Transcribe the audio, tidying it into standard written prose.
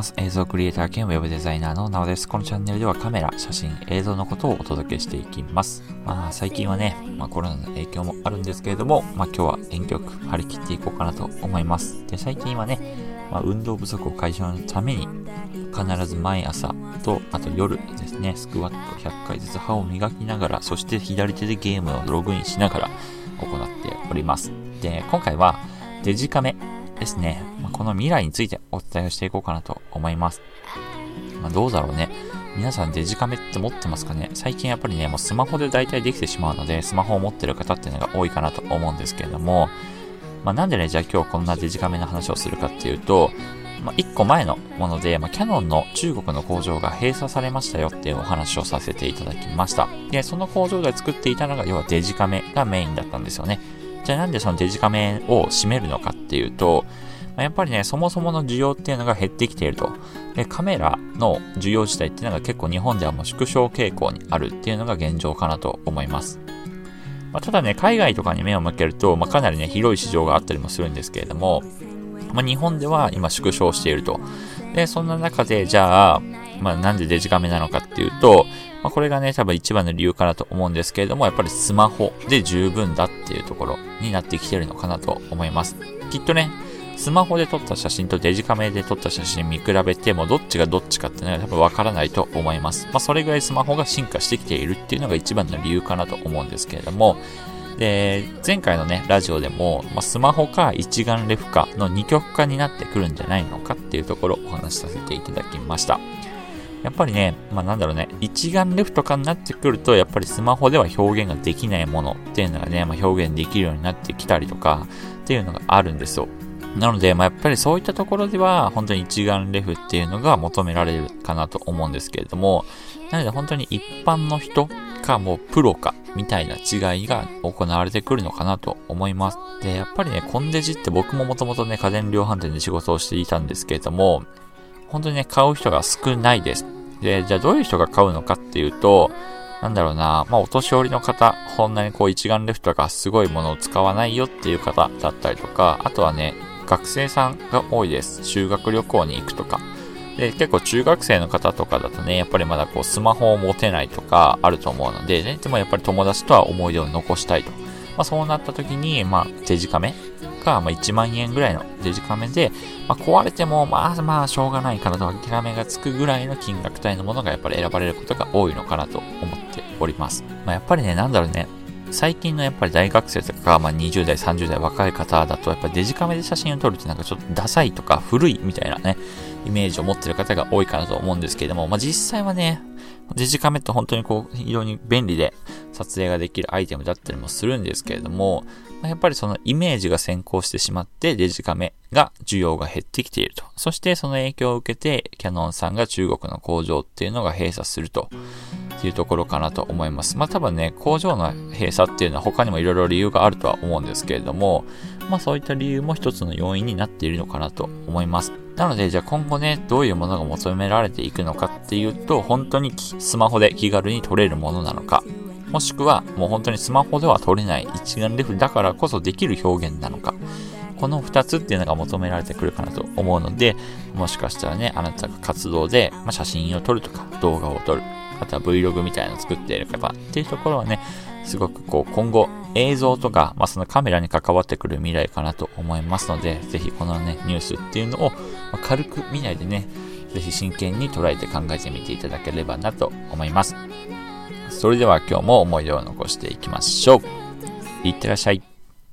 ます。映像クリエイター兼ウェブデザイナーのなおです。このチャンネルではカメラ、写真、映像のことをお届けしていきます。最近はね、コロナの影響もあるんですけれども、今日は元気よく張り切っていこうかなと思います。で、最近はね、運動不足を解消のために、必ず毎朝と、あと夜ですね、スクワット100回ずつ歯を磨きながら、そして左手でゲームをログインしながら行っております。で、今回はデジカメですね。この未来についてお伝えをしていこうかなと思います。どうだろうね。皆さんデジカメって持ってますかね？最近やっぱりね、もうスマホで大体できてしまうので、スマホを持ってる方っていうのが多いかなと思うんですけれども、なんでね、じゃあ今日こんなデジカメの話をするかっていうと、1個前のもので、キヤノンの中国の工場が閉鎖されましたよっていうお話をさせていただきました。で、その工場で作っていたのが、要はデジカメがメインだったんですよね。じゃあなんでそのデジカメを占めるのかっていうと、やっぱりね、そもそもの需要っていうのが減ってきていると。で、カメラの需要自体っていうのが結構日本ではもう縮小傾向にあるっていうのが現状かなと思います。ただね、海外とかに目を向けると、かなりね、広い市場があったりもするんですけれども、日本では今縮小していると。で、そんな中で、じゃあ、なんでデジカメなのかっていうと、これがね、多分一番の理由かなと思うんですけれども、やっぱりスマホで十分だっていうところになってきてるのかなと思います。きっとね、スマホで撮った写真とデジカメで撮った写真見比べてもどっちがどっちかっていうのは多分わからないと思います。それぐらいスマホが進化してきているっていうのが一番の理由かなと思うんですけれども、で、前回のね、ラジオでも、スマホか一眼レフかの二極化になってくるんじゃないのかっていうところをお話しさせていただきました。やっぱりね、一眼レフとかになってくると、やっぱりスマホでは表現ができないものっていうのがね、表現できるようになってきたりとかっていうのがあるんですよ。なので、やっぱりそういったところでは、本当に一眼レフっていうのが求められるかなと思うんですけれども、なので本当に一般の人かもうプロかみたいな違いが行われてくるのかなと思います。で、やっぱりね、コンデジって僕ももともとね、家電量販店で仕事をしていたんですけれども、本当にね、買う人が少ないです。で、じゃあどういう人が買うのかっていうと、お年寄りの方、こんなに一眼レフとかすごいものを使わないよっていう方だったりとか、あとはね、学生さんが多いです。修学旅行に行くとか。で、結構中学生の方とかだとね、やっぱりまだスマホを持てないとかあると思うのでね、でもやっぱり友達とは思い出を残したいと。そうなった時に、デジカメが、1万円ぐらいのデジカメで、壊れても、しょうがないかなと諦めがつくぐらいの金額帯のものがやっぱり選ばれることが多いのかなと思っております。やっぱりね、最近のやっぱり大学生とか、20代、30代若い方だと、やっぱりデジカメで写真を撮るってちょっとダサいとか古いみたいなね、イメージを持ってる方が多いかなと思うんですけれども、実際はね、デジカメって本当に非常に便利で撮影ができるアイテムだったりもするんですけれども、やっぱりそのイメージが先行してしまってデジカメが需要が減ってきていると。そしてその影響を受けてキヤノンさんが中国の工場っていうのが閉鎖するというところかなと思います。多分ね、工場の閉鎖っていうのは他にもいろいろ理由があるとは思うんですけれども、そういった理由も一つの要因になっているのかなと思います。なので、じゃあ今後ね、どういうものが求められていくのかっていうと、本当にスマホで気軽に撮れるものなのか、もしくはもう本当にスマホでは撮れない一眼レフだからこそできる表現なのか、この2つっていうのが求められてくるかなと思うので、もしかしたらね、あなたが活動で、写真を撮るとか動画を撮る、あとは Vlog みたいなのを作っている方っていうところはね、すごく今後映像とか、そのカメラに関わってくる未来かなと思いますので、ぜひこのね、ニュースっていうのを軽く見ないでね、ぜひ真剣に捉えて考えてみていただければなと思います。それでは今日も思い出を残していきましょう。いってらっしゃい。